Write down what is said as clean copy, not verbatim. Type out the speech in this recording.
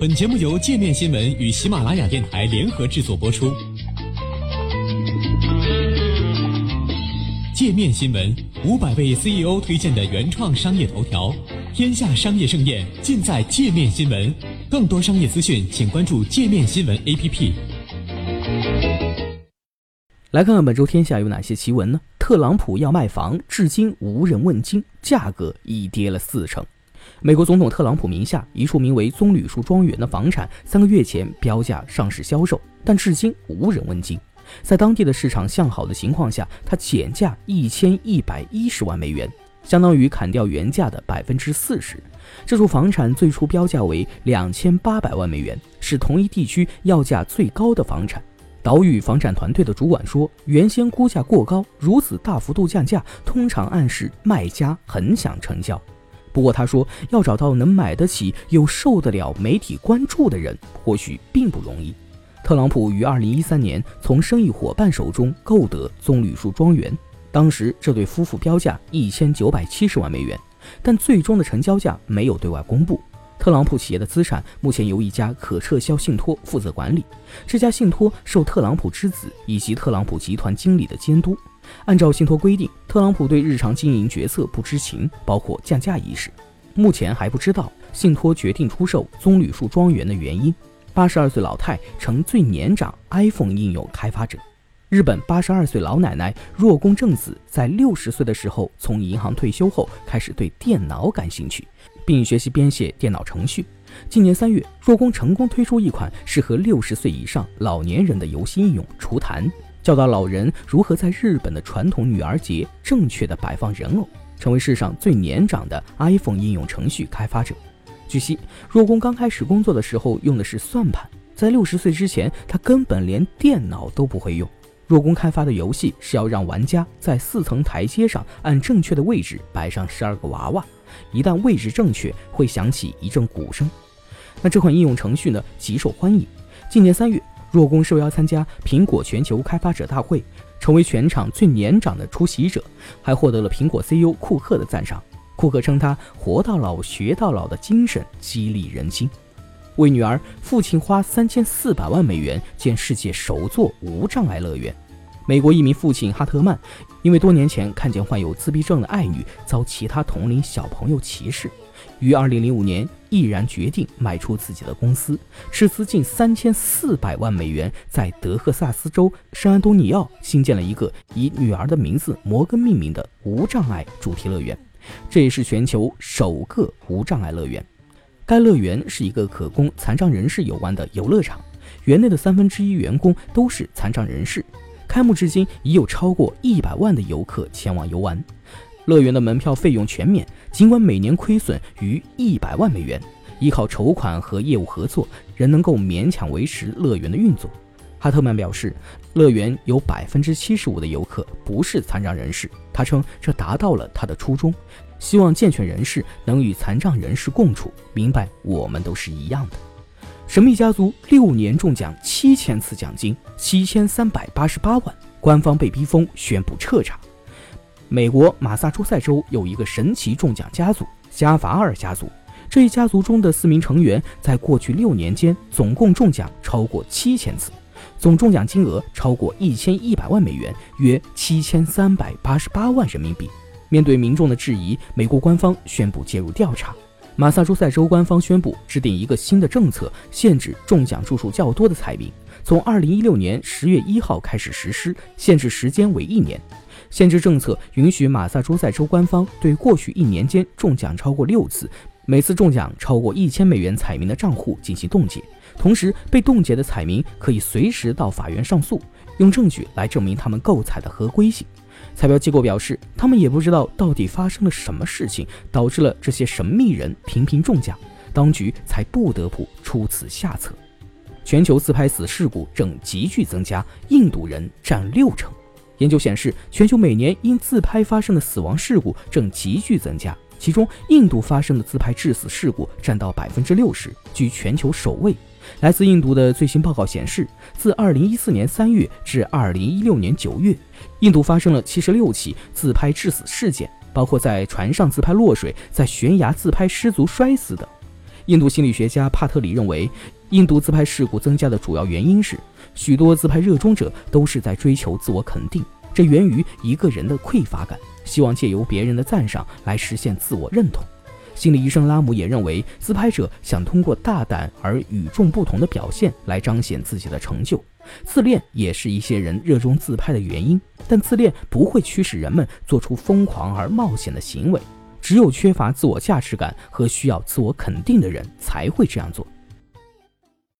本节目由界面新闻与喜马拉雅电台联合制作播出。界面新闻500位 CEO 推荐的原创商业头条，天下商业盛宴尽在界面新闻。更多商业资讯，请关注界面新闻 APP。 来看看本周天下有哪些奇闻呢？特朗普要卖房，至今无人问津，价格已跌了40%。美国总统特朗普名下一处名为棕榈树庄园的房产，3个月前标价上市销售，但至今无人问津。在当地的市场向好的情况下，它减价1110万美元，相当于砍掉原价的40%。这处房产最初标价为2800万美元，是同一地区要价最高的房产。岛屿房产团队的主管说，原先估价过高，如此大幅度降价，通常暗示卖家很想成交。不过他说，要找到能买得起又受得了媒体关注的人，或许并不容易。特朗普于2013年从生意伙伴手中购得棕榈树庄园，当时这对夫妇标价1970万美元，但最终的成交价没有对外公布。特朗普企业的资产目前由一家可撤销信托负责管理，这家信托受特朗普之子以及特朗普集团经理的监督。按照信托规定，特朗普对日常经营决策不知情，包括降价一事。目前还不知道信托决定出售棕榈树庄园的原因。82岁老太成最年长 iPhone 应用开发者。日本82岁老奶奶若宫正子在60岁的时候从银行退休后，开始对电脑感兴趣，并学习编写电脑程序。今年3月，若宫成功推出一款适合60岁以上老年人的游戏应用厨坛，教导老人如何在日本的传统女儿节正确地摆放人偶，成为世上最年长的 iPhone 应用程序开发者。据悉，若宫刚开始工作的时候用的是算盘，在60岁之前，他根本连电脑都不会用。若宫开发的游戏是要让玩家在4层台阶上按正确的位置摆上12个娃娃，一旦位置正确，会响起一阵鼓声。那这款应用程序呢，极受欢迎。今年3月，若宫受邀参加苹果全球开发者大会，成为全场最年长的出席者，还获得了苹果 CEO 库克的赞赏。库克称他活到老学到老的精神激励人心。为女儿，父亲花3400万美元建世界首座无障碍乐园。美国一名父亲哈特曼因为多年前看见患有自闭症的爱女遭其他同龄小朋友歧视，于2005年毅然决定卖出自己的公司，斥资近3400万美元，在德克萨斯州圣安东尼奥新建了一个以女儿的名字摩根命名的无障碍主题乐园，这也是全球首个无障碍乐园。该乐园是一个可供残障人士游玩的游乐场，园内的1/3员工都是残障人士。开幕至今已有超过100万的游客前往游玩。乐园的门票费用全免，尽管每年亏损逾100万美元，依靠筹款和业务合作，仍能够勉强维持乐园的运作。哈特曼表示，乐园有75%的游客不是残障人士，他称这达到了他的初衷，希望健全人士能与残障人士共处，明白我们都是一样的。神秘家族6年中奖7000次奖金7388万，官方被逼疯，宣布彻查。美国马萨诸塞州有一个神奇中奖家族加法尔家族，这一家族中的4名成员在过去6年间总共中奖超过7000次，总中奖金额超过1100万美元，约7388万人民币。面对民众的质疑，美国官方宣布介入调查。马萨诸塞州官方宣布制定一个新的政策，限制中奖注数较多的彩民，从2016年10月1号开始实施，限制时间为1年。限制政策允许马萨诸塞州官方对过去1年间中奖超过6次，每次中奖超过1000美元彩民的账户进行冻结，同时被冻结的彩民可以随时到法院上诉，用证据来证明他们购彩的合规性。彩票机构表示，他们也不知道到底发生了什么事情，导致了这些神秘人频频中奖，当局才不得不出此下策。全球自拍死事故正急剧增加，印度人占60%。研究显示，全球每年因自拍发生的死亡事故正急剧增加，其中印度发生的自拍致死事故占到60%，居全球首位。来自印度的最新报告显示，自2014年3月至2016年9月，印度发生了76起自拍致死事件，包括在船上自拍落水、在悬崖自拍失足摔死等。 印度心理学家帕特里认为，印度自拍事故增加的主要原因是，许多自拍热衷者都是在追求自我肯定，这源于一个人的匮乏感，希望借由别人的赞赏来实现自我认同。心理医生拉姆也认为，自拍者想通过大胆而与众不同的表现来彰显自己的成就。自恋也是一些人热衷自拍的原因，但自恋不会驱使人们做出疯狂而冒险的行为，只有缺乏自我价值感和需要自我肯定的人才会这样做。